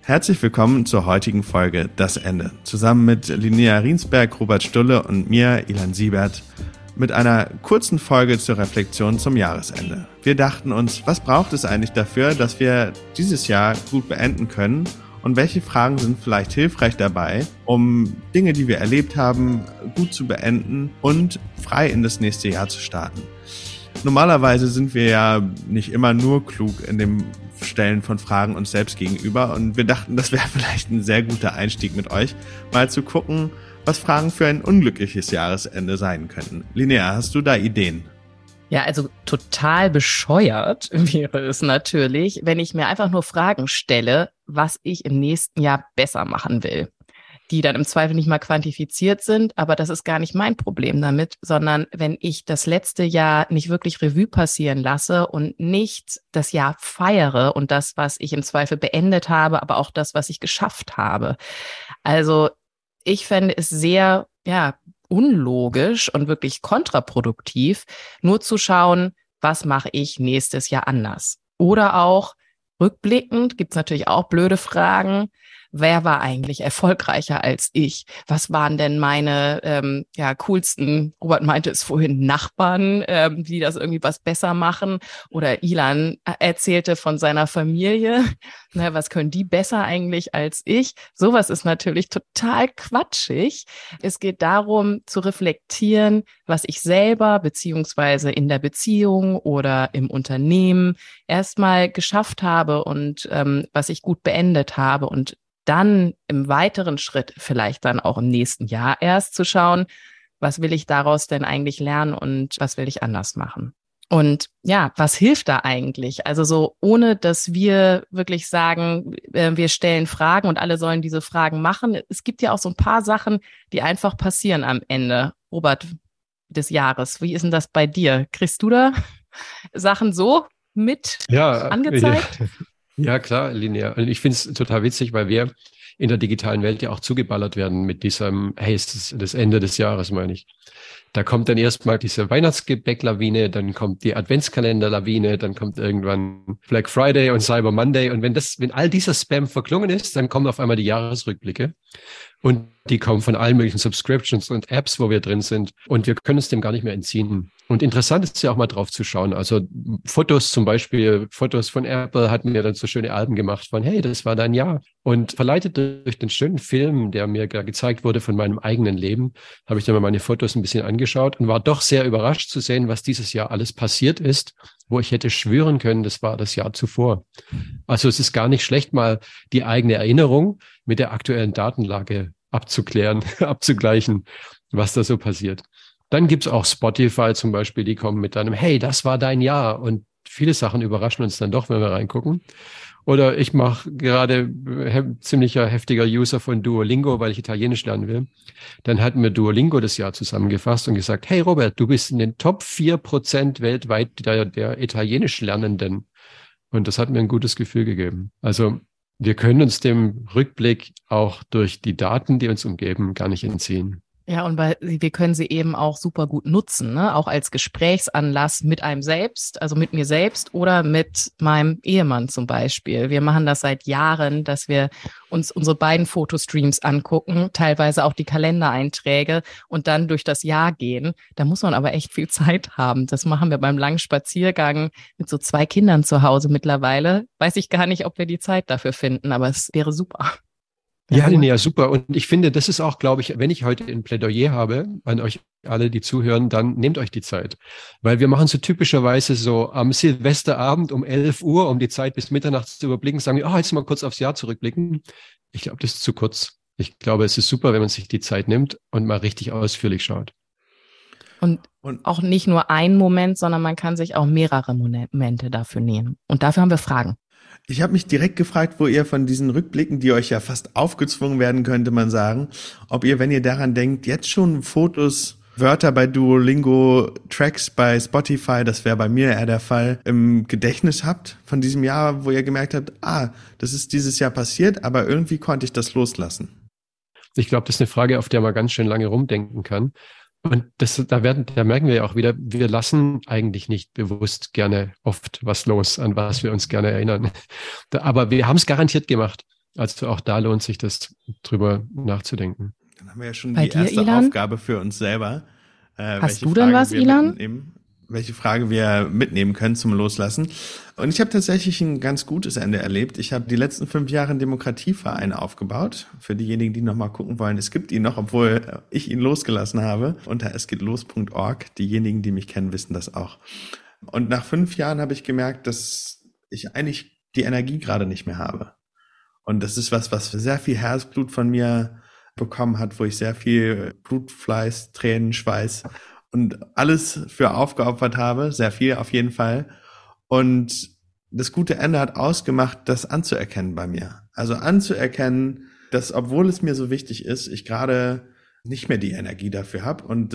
Herzlich willkommen zur heutigen Folge Das Ende. Zusammen mit Linnea Riensberg, Robert Stulle und mir, Ilan Siebert, mit einer kurzen Folge zur Reflexion zum Jahresende. Wir dachten uns, was braucht es eigentlich dafür, dass wir dieses Jahr gut beenden können und welche Fragen sind vielleicht hilfreich dabei, um Dinge, die wir erlebt haben, gut zu beenden und frei in das nächste Jahr zu starten. Normalerweise sind wir ja nicht immer nur klug in dem Stellen von Fragen uns selbst gegenüber und wir dachten, das wäre vielleicht ein sehr guter Einstieg mit euch, mal zu gucken, was Fragen für ein unglückliches Jahresende sein könnten. Linnea, hast du da Ideen? Ja, also total bescheuert wäre es natürlich, wenn ich mir einfach nur Fragen stelle, was ich im nächsten Jahr besser machen will, die dann im Zweifel nicht mal quantifiziert sind, aber das ist gar nicht mein Problem damit, sondern wenn ich das letzte Jahr nicht wirklich Revue passieren lasse und nicht das Jahr feiere und das, was ich im Zweifel beendet habe, aber auch das, was ich geschafft habe. Also ich fände es sehr, unlogisch und wirklich kontraproduktiv, nur zu schauen, was mache ich nächstes Jahr anders. Oder auch rückblickend gibt es natürlich auch blöde Fragen. Wer war eigentlich erfolgreicher als ich? Was waren denn meine coolsten, Robert meinte es vorhin, Nachbarn, die das irgendwie was besser machen? Oder Ilan erzählte von seiner Familie. Was können die besser eigentlich als ich? Sowas ist natürlich total quatschig. Es geht darum, zu reflektieren, was ich selber beziehungsweise in der Beziehung oder im Unternehmen erstmal geschafft habe und was ich gut beendet habe und dann im weiteren Schritt, vielleicht dann auch im nächsten Jahr erst zu schauen, was will ich daraus denn eigentlich lernen und was will ich anders machen? Und ja, was hilft da eigentlich? Also so, ohne dass wir wirklich sagen, wir stellen Fragen und alle sollen diese Fragen machen. Es gibt ja auch so ein paar Sachen, die einfach passieren am Ende, Robert, des Jahres. Wie ist denn das bei dir? Kriegst du da Sachen so mit angezeigt? Ja, klar, Linnea. Und ich finde es total witzig, weil wir in der digitalen Welt ja auch zugeballert werden mit diesem, hey, es ist das Ende des Jahres, meine ich. Da kommt dann erstmal diese Weihnachtsgebäck-Lawine, dann kommt die Adventskalender-Lawine, dann kommt irgendwann Black Friday und Cyber Monday. Und wenn all dieser Spam verklungen ist, dann kommen auf einmal die Jahresrückblicke. Und die kommen von allen möglichen Subscriptions und Apps, wo wir drin sind. Und wir können uns dem gar nicht mehr entziehen. Und interessant ist ja auch mal drauf zu schauen. Also Fotos zum Beispiel, Fotos von Apple hatten mir dann so schöne Alben gemacht von, hey, das war dein Jahr. Und verleitet durch den schönen Film, der mir gezeigt wurde von meinem eigenen Leben, habe ich dann mal meine Fotos ein bisschen angeschaut und war doch sehr überrascht zu sehen, was dieses Jahr alles passiert ist, wo ich hätte schwören können, das war das Jahr zuvor. Also es ist gar nicht schlecht, mal die eigene Erinnerung mit der aktuellen Datenlage abzuklären, abzugleichen, was da so passiert. Dann gibt's auch Spotify zum Beispiel, die kommen mit einem, hey, das war dein Jahr. Und viele Sachen überraschen uns dann doch, wenn wir reingucken. Oder ich mache gerade ziemlicher heftiger User von Duolingo, weil ich Italienisch lernen will. Dann hat mir Duolingo das Jahr zusammengefasst und gesagt, hey Robert, du bist in den Top 4% weltweit der Italienisch Lernenden. Und das hat mir ein gutes Gefühl gegeben. Also wir können uns dem Rückblick auch durch die Daten, die uns umgeben, gar nicht entziehen. Ja, und wir können sie eben auch super gut nutzen, ne? Auch als Gesprächsanlass mit einem selbst, also mit mir selbst oder mit meinem Ehemann zum Beispiel. Wir machen das seit Jahren, dass wir uns unsere beiden Fotostreams angucken, teilweise auch die Kalendereinträge und dann durch das Jahr gehen. Da muss man aber echt viel Zeit haben. Das machen wir beim langen Spaziergang mit so 2 Kindern zu Hause mittlerweile. Weiß ich gar nicht, ob wir die Zeit dafür finden, aber es wäre super. Ja, Linnea, super. Und ich finde, das ist auch, glaube ich, wenn ich heute ein Plädoyer habe an euch alle, die zuhören, dann nehmt euch die Zeit. Weil wir machen so typischerweise so am Silvesterabend um 11 Uhr, um die Zeit bis Mitternacht zu überblicken, sagen wir, jetzt mal kurz aufs Jahr zurückblicken. Ich glaube, das ist zu kurz. Ich glaube, es ist super, wenn man sich die Zeit nimmt und mal richtig ausführlich schaut. Und auch nicht nur einen Moment, sondern man kann sich auch mehrere Momente dafür nehmen. Und dafür haben wir Fragen. Ich habe mich direkt gefragt, wo ihr von diesen Rückblicken, die euch ja fast aufgezwungen werden, könnte man sagen, ob ihr, wenn ihr daran denkt, jetzt schon Fotos, Wörter bei Duolingo, Tracks bei Spotify, das wäre bei mir eher der Fall, im Gedächtnis habt von diesem Jahr, wo ihr gemerkt habt, das ist dieses Jahr passiert, aber irgendwie konnte ich das loslassen. Ich glaube, das ist eine Frage, auf der man ganz schön lange rumdenken kann. Und da merken wir ja auch wieder, wir lassen eigentlich nicht bewusst gerne oft was los, an was wir uns gerne erinnern. Aber wir haben es garantiert gemacht. Also auch da lohnt sich das, drüber nachzudenken. Dann haben wir ja schon Bei die dir, erste Ilan? Aufgabe für uns selber. Hast du denn was, Ilan? Welche Frage wir mitnehmen können zum Loslassen. Und ich habe tatsächlich ein ganz gutes Ende erlebt. Ich habe die letzten 5 Jahre einen Demokratieverein aufgebaut. Für diejenigen, die noch mal gucken wollen, es gibt ihn noch, obwohl ich ihn losgelassen habe, unter esgehtlos.org. Diejenigen, die mich kennen, wissen das auch. Und nach 5 Jahren habe ich gemerkt, dass ich eigentlich die Energie gerade nicht mehr habe. Und das ist was sehr viel Herzblut von mir bekommen hat, wo ich sehr viel Blutfleiß, Tränen, Schweiß und alles für aufgeopfert habe, sehr viel auf jeden Fall. Und das gute Ende hat ausgemacht, das anzuerkennen bei mir. Also anzuerkennen, dass, obwohl es mir so wichtig ist, ich gerade nicht mehr die Energie dafür habe. Und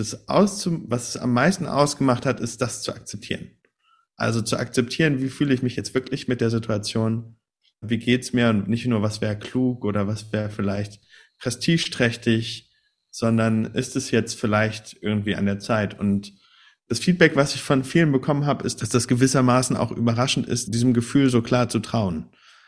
was es am meisten ausgemacht hat, ist, das zu akzeptieren. Also zu akzeptieren, wie fühle ich mich jetzt wirklich mit der Situation, wie geht's mir, und nicht nur, was wäre klug oder was wäre vielleicht prestigeträchtig, sondern ist es jetzt vielleicht irgendwie an der Zeit. Und das Feedback, was ich von vielen bekommen habe, ist, dass das gewissermaßen auch überraschend ist, diesem Gefühl so klar zu trauen.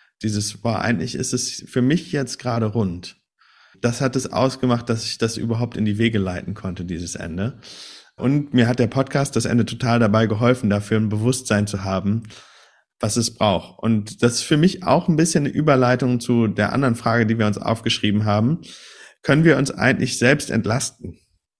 Eigentlich ist es für mich jetzt gerade rund. Das hat es ausgemacht, dass ich das überhaupt in die Wege leiten konnte, dieses Ende. Und mir hat der Podcast, das Ende, total dabei geholfen, dafür ein Bewusstsein zu haben, was es braucht. Und das ist für mich auch ein bisschen eine Überleitung zu der anderen Frage, die wir uns aufgeschrieben haben. Können wir uns eigentlich selbst entlasten?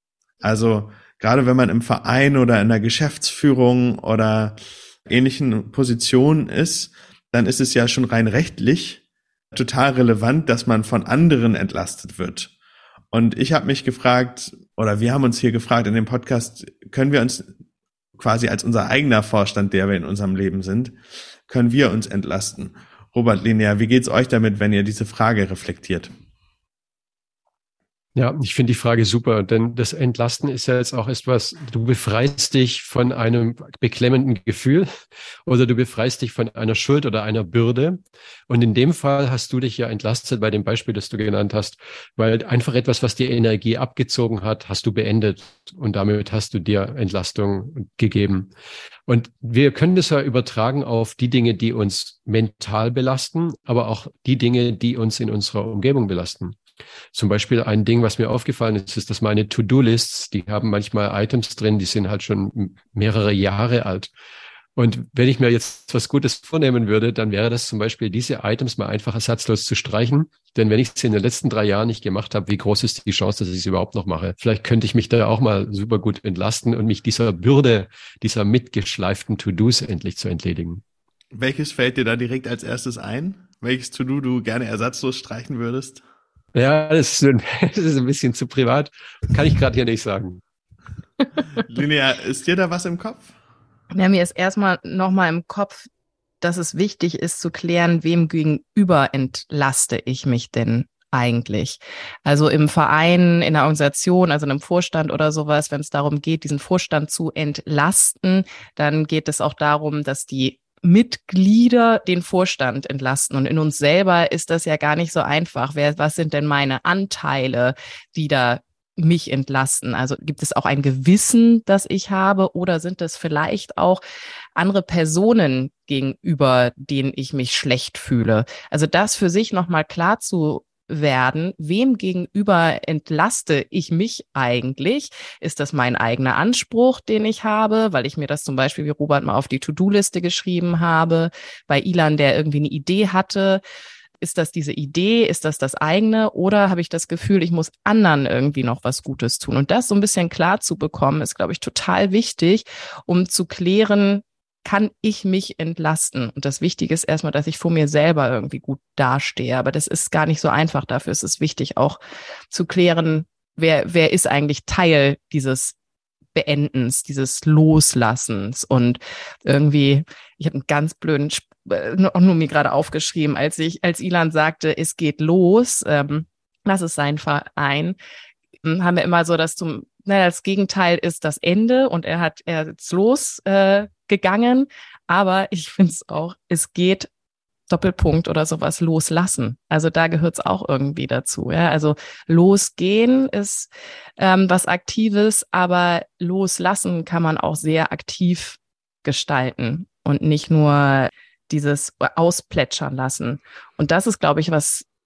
Also gerade wenn man im Verein oder in der Geschäftsführung oder ähnlichen Positionen ist, dann ist es ja schon rein rechtlich total relevant, dass man von anderen entlastet wird. Und ich habe mich gefragt, oder wir haben uns hier gefragt in dem Podcast, können wir uns quasi als unser eigener Vorstand, der wir in unserem Leben sind, können wir uns entlasten? Robert, Linnea, wie geht's euch damit, wenn ihr diese Frage reflektiert? Ja, ich finde die Frage super, denn das Entlasten ist ja jetzt auch etwas, du befreist dich von einem beklemmenden Gefühl oder du befreist dich von einer Schuld oder einer Bürde. Und in dem Fall hast du dich ja entlastet bei dem Beispiel, das du genannt hast, weil einfach etwas, was dir Energie abgezogen hat, hast du beendet und damit hast du dir Entlastung gegeben. Und wir können das ja übertragen auf die Dinge, die uns mental belasten, aber auch die Dinge, die uns in unserer Umgebung belasten. Zum Beispiel ein Ding, was mir aufgefallen ist, dass meine To-Do-Lists, die haben manchmal Items drin, die sind halt schon mehrere Jahre alt. Und wenn ich mir jetzt was Gutes vornehmen würde, dann wäre das zum Beispiel, diese Items mal einfach ersatzlos zu streichen. Denn wenn ich es in den letzten 3 Jahren nicht gemacht habe, wie groß ist die Chance, dass ich es überhaupt noch mache? Vielleicht könnte ich mich da auch mal super gut entlasten und mich dieser Bürde, dieser mitgeschleiften To-Dos endlich zu entledigen. Welches fällt dir da direkt als erstes ein? Welches To-Do du gerne ersatzlos streichen würdest? Ja, das ist ein bisschen zu privat. Kann ich gerade hier nicht sagen. Linnea, ist dir da was im Kopf? Ja, mir ist erstmal nochmal im Kopf, dass es wichtig ist zu klären, wem gegenüber entlaste ich mich denn eigentlich? Also im Verein, in einer Organisation, also in einem Vorstand oder sowas, wenn es darum geht, diesen Vorstand zu entlasten, dann geht es auch darum, dass die Mitglieder den Vorstand entlasten. Und in uns selber ist das ja gar nicht so einfach. Was sind denn meine Anteile, die da mich entlasten? Also gibt es auch ein Gewissen, das ich habe, oder sind es vielleicht auch andere Personen gegenüber, denen ich mich schlecht fühle? Also das für sich nochmal klar zu werden, wem gegenüber entlaste ich mich eigentlich? Ist das mein eigener Anspruch, den ich habe, weil ich mir das zum Beispiel wie Robert mal auf die To-Do-Liste geschrieben habe, bei Ilan, der irgendwie eine Idee hatte? Ist das diese Idee? Ist das das eigene? Oder habe ich das Gefühl, ich muss anderen irgendwie noch was Gutes tun? Und das so ein bisschen klar zu bekommen, ist, glaube ich, total wichtig, um zu klären, kann ich mich entlasten? Und das Wichtige ist erstmal, dass ich vor mir selber irgendwie gut dastehe. Aber das ist gar nicht so einfach. Dafür ist es wichtig, auch zu klären, wer ist eigentlich Teil dieses Beendens, dieses Loslassens. Und irgendwie, ich habe einen ganz blöden auch nur mir gerade aufgeschrieben, als Ilan sagte, es geht los, das ist sein Verein, haben wir immer so, dass das Gegenteil ist das Ende und er ist losgegangen, aber ich finde es auch, es geht Doppelpunkt oder sowas loslassen. Also da gehört es auch irgendwie dazu. Ja? Also losgehen ist was Aktives, aber loslassen kann man auch sehr aktiv gestalten und nicht nur dieses ausplätschern lassen. Und das ist, glaube ich, was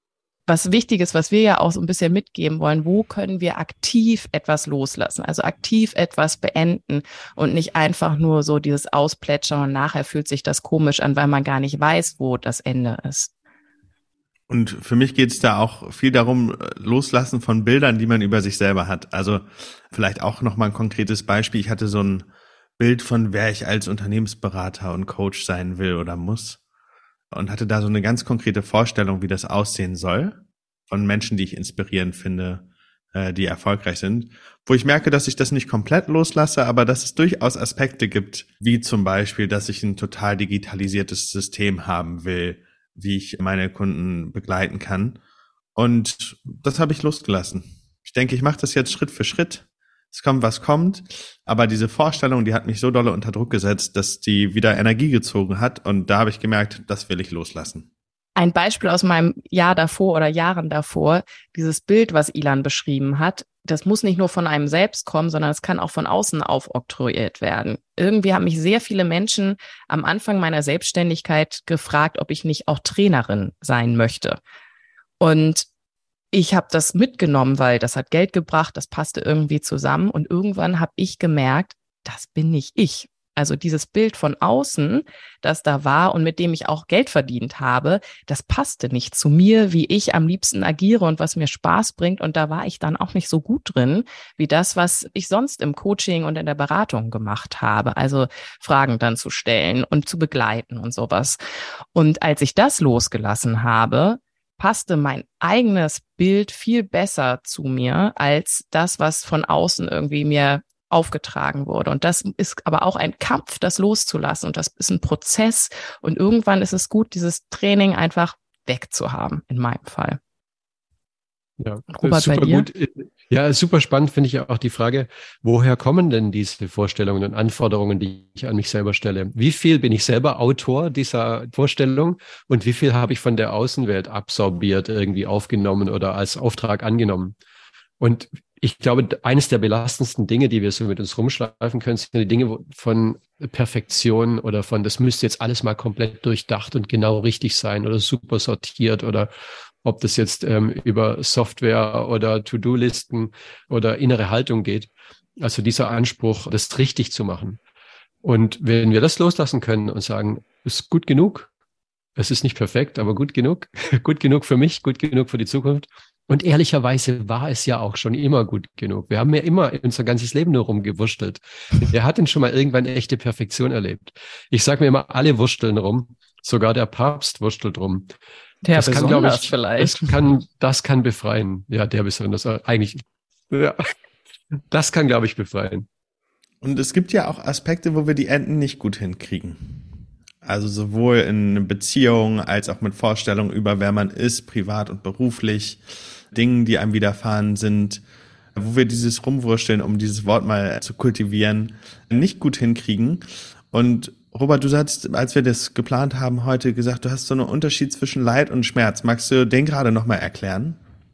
was Wichtiges, was wir ja auch so ein bisschen mitgeben wollen, wo können wir aktiv etwas loslassen, also aktiv etwas beenden und nicht einfach nur so dieses Ausplätschern und nachher fühlt sich das komisch an, weil man gar nicht weiß, wo das Ende ist. Und für mich geht es da auch viel darum, loslassen von Bildern, die man über sich selber hat. Also vielleicht auch nochmal ein konkretes Beispiel. Ich hatte so ein Bild von, wer ich als Unternehmensberater und Coach sein will oder muss. Und hatte da so eine ganz konkrete Vorstellung, wie das aussehen soll, von Menschen, die ich inspirierend finde, die erfolgreich sind, wo ich merke, dass ich das nicht komplett loslasse, aber dass es durchaus Aspekte gibt, wie zum Beispiel, dass ich ein total digitalisiertes System haben will, wie ich meine Kunden begleiten kann. Und das habe ich losgelassen. Ich denke, ich mache das jetzt Schritt für Schritt. Es kommt, was kommt. Aber diese Vorstellung, die hat mich so dolle unter Druck gesetzt, dass die wieder Energie gezogen hat. Und da habe ich gemerkt, das will ich loslassen. Ein Beispiel aus meinem Jahr davor oder Jahren davor, dieses Bild, was Ilan beschrieben hat, das muss nicht nur von einem selbst kommen, sondern es kann auch von außen aufoktroyiert werden. Irgendwie haben mich sehr viele Menschen am Anfang meiner Selbstständigkeit gefragt, ob ich nicht auch Trainerin sein möchte. Und ich habe das mitgenommen, weil das hat Geld gebracht, das passte irgendwie zusammen. Und irgendwann habe ich gemerkt, das bin nicht ich. Also dieses Bild von außen, das da war und mit dem ich auch Geld verdient habe, das passte nicht zu mir, wie ich am liebsten agiere und was mir Spaß bringt. Und da war ich dann auch nicht so gut drin, wie das, was ich sonst im Coaching und in der Beratung gemacht habe. Also Fragen dann zu stellen und zu begleiten und sowas. Und als ich das losgelassen habe, passte mein eigenes Bild viel besser zu mir als das, was von außen irgendwie mir aufgetragen wurde. Und das ist aber auch ein Kampf, das loszulassen. Und das ist ein Prozess. Und irgendwann ist es gut, dieses Training einfach wegzuhaben, in meinem Fall. Ja, Robert, super bei dir? gut. Ja, super spannend finde ich auch die Frage, woher kommen denn diese Vorstellungen und Anforderungen, die ich an mich selber stelle? Wie viel bin ich selber Autor dieser Vorstellung und wie viel habe ich von der Außenwelt absorbiert, irgendwie aufgenommen oder als Auftrag angenommen? Und ich glaube, eines der belastendsten Dinge, die wir so mit uns rumschleifen können, sind die Dinge von Perfektion oder von, das müsste jetzt alles mal komplett durchdacht und genau richtig sein oder super sortiert oder ob das jetzt über Software oder To-Do-Listen oder innere Haltung geht. Also dieser Anspruch, das richtig zu machen. Und wenn wir das loslassen können und sagen, ist gut genug, es ist nicht perfekt, aber gut genug, gut genug für mich, gut genug für die Zukunft. Und ehrlicherweise war es ja auch schon immer gut genug. Wir haben ja immer unser ganzes Leben nur rumgewurschtelt. Wer hat denn schon mal irgendwann echte Perfektion erlebt? Ich sage mir immer, alle wursteln rum. Sogar der Papst wurstelt rum. Der Das kann, glaube ich, vielleicht. das kann befreien. Ja, der besonders eigentlich. Ja, das kann, glaube ich, befreien. Und es gibt ja auch Aspekte, wo wir die Enden nicht gut hinkriegen. Also sowohl in Beziehungen als auch mit Vorstellungen über, wer man ist, privat und beruflich, Dingen, die einem widerfahren sind, wo wir dieses Rumwursteln, um dieses Wort mal zu kultivieren, nicht gut hinkriegen. Und Robert, du hast, als wir das geplant haben, heute gesagt, du hast so einen Unterschied zwischen Leid und Schmerz. Magst du den gerade nochmal erklären?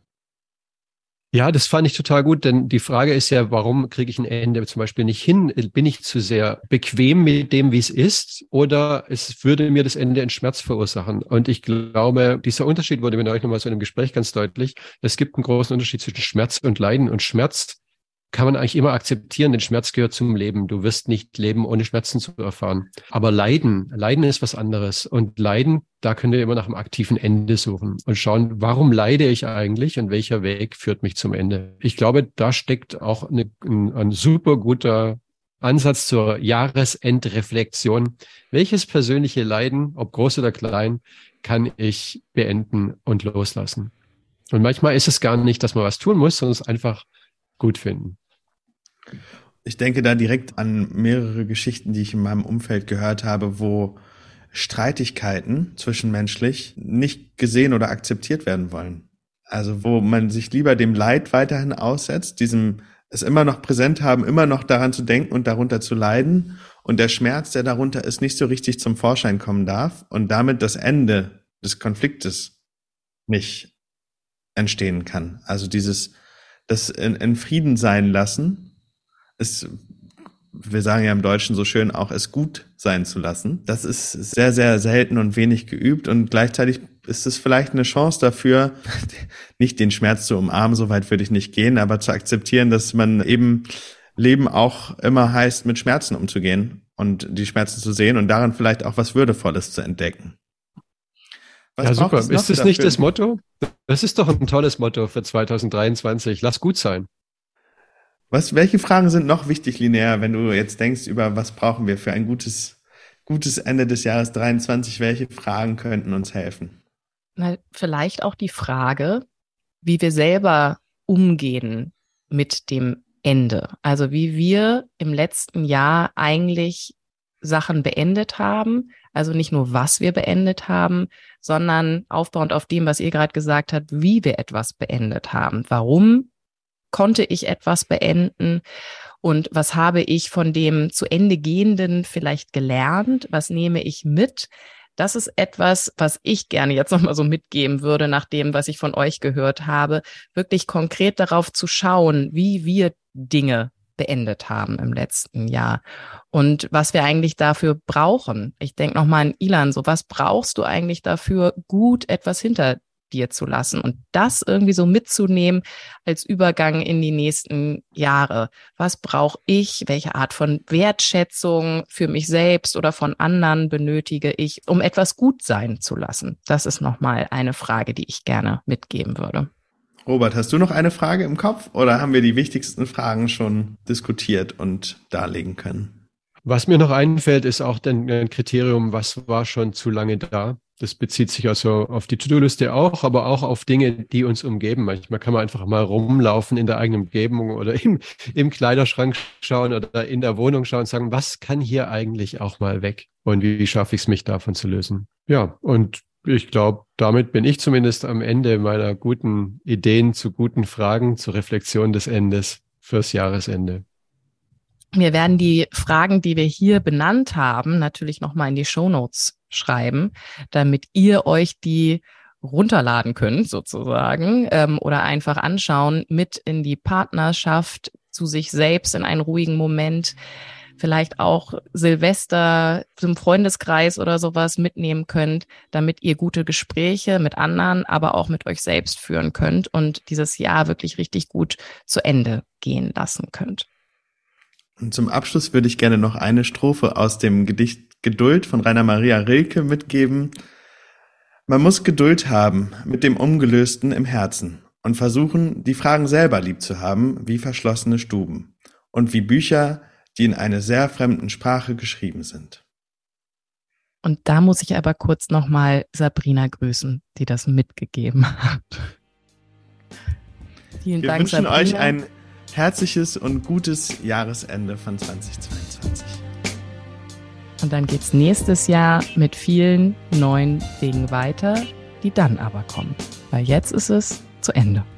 Ja, das fand ich total gut, denn die Frage ist ja, warum kriege ich ein Ende zum Beispiel nicht hin? Bin ich zu sehr bequem mit dem, wie es ist, oder es würde mir das Ende einen Schmerz verursachen? Und ich glaube, dieser Unterschied wurde mir neulich nochmal so in einem Gespräch ganz deutlich. Es gibt einen großen Unterschied zwischen Schmerz und Leiden. Und Schmerz kann man eigentlich immer akzeptieren, denn Schmerz gehört zum Leben. Du wirst nicht leben, ohne Schmerzen zu erfahren. Aber Leiden ist was anderes. Und Leiden, da könnt ihr immer nach einem aktiven Ende suchen und schauen, warum leide ich eigentlich und welcher Weg führt mich zum Ende. Ich glaube, da steckt auch ein super guter Ansatz zur Jahresendreflexion. Welches persönliche Leiden, ob groß oder klein, kann ich beenden und loslassen? Und manchmal ist es gar nicht, dass man was tun muss, sondern es einfach gut finden. Ich denke da direkt an mehrere Geschichten, die ich in meinem Umfeld gehört habe, wo Streitigkeiten zwischenmenschlich nicht gesehen oder akzeptiert werden wollen. Also wo man sich lieber dem Leid weiterhin aussetzt, diesem es immer noch präsent haben, immer noch daran zu denken und darunter zu leiden und der Schmerz, der darunter ist, nicht so richtig zum Vorschein kommen darf und damit das Ende des Konfliktes nicht entstehen kann. Also das in Frieden sein lassen, ist wir sagen ja im Deutschen so schön, auch es gut sein zu lassen. Das ist sehr, sehr selten und wenig geübt und gleichzeitig ist es vielleicht eine Chance dafür, nicht den Schmerz zu umarmen, so weit würde ich nicht gehen, aber zu akzeptieren, dass man eben Leben auch immer heißt, mit Schmerzen umzugehen und die Schmerzen zu sehen und darin vielleicht auch was Würdevolles zu entdecken. Was ja, super. Ist das nicht das Motto? Das ist doch ein tolles Motto für 2023. Lass gut sein. Welche Fragen sind noch wichtig, Linnea, wenn du jetzt denkst über, was brauchen wir für ein gutes Ende des Jahres 23? Welche Fragen könnten uns helfen? Na, vielleicht auch die Frage, wie wir selber umgehen mit dem Ende. Also wie wir im letzten Jahr eigentlich Sachen beendet haben. Also nicht nur, was wir beendet haben, sondern aufbauend auf dem, was ihr gerade gesagt habt, wie wir etwas beendet haben. Warum konnte ich etwas beenden? Und was habe ich von dem zu Ende gehenden vielleicht gelernt? Was nehme ich mit? Das ist etwas, was ich gerne jetzt nochmal so mitgeben würde, nach dem, was ich von euch gehört habe, wirklich konkret darauf zu schauen, wie wir Dinge beendet haben im letzten Jahr und was wir eigentlich dafür brauchen. Ich denke nochmal an Ilan, so was brauchst du eigentlich dafür, gut etwas hinter dir zu lassen und das irgendwie so mitzunehmen als Übergang in die nächsten Jahre. Was brauche ich? Welche Art von Wertschätzung für mich selbst oder von anderen benötige ich, um etwas gut sein zu lassen? Das ist nochmal eine Frage, die ich gerne mitgeben würde. Robert, hast du noch eine Frage im Kopf oder haben wir die wichtigsten Fragen schon diskutiert und darlegen können? Was mir noch einfällt, ist auch ein Kriterium, was war schon zu lange da. Das bezieht sich also auf die To-Do-Liste auch, aber auch auf Dinge, die uns umgeben. Manchmal kann man einfach mal rumlaufen in der eigenen Umgebung oder im Kleiderschrank schauen oder in der Wohnung schauen und sagen, was kann hier eigentlich auch mal weg? Und wie schaffe ich es, mich davon zu lösen? Ja, und ich glaube, damit bin ich zumindest am Ende meiner guten Ideen zu guten Fragen zur Reflexion des Endes fürs Jahresende. Wir werden die Fragen, die wir hier benannt haben, natürlich nochmal in die Shownotes schreiben, damit ihr euch die runterladen könnt sozusagen oder einfach anschauen, mit in die Partnerschaft, zu sich selbst in einen ruhigen Moment, vielleicht auch Silvester zum Freundeskreis oder sowas mitnehmen könnt, damit ihr gute Gespräche mit anderen, aber auch mit euch selbst führen könnt und dieses Jahr wirklich richtig gut zu Ende gehen lassen könnt. Und zum Abschluss würde ich gerne noch eine Strophe aus dem Gedicht Geduld von Rainer Maria Rilke mitgeben. Man muss Geduld haben mit dem Ungelösten im Herzen und versuchen, die Fragen selber lieb zu haben, wie verschlossene Stuben und wie Bücher, die in einer sehr fremden Sprache geschrieben sind. Und da muss ich aber kurz nochmal Sabrina grüßen, die das mitgegeben hat. Vielen Dank, Wir wünschen Sabrina. euch ein herzliches und gutes Jahresende von 2022. Und dann geht's nächstes Jahr mit vielen neuen Dingen weiter, die dann aber kommen. Weil jetzt ist es zu Ende.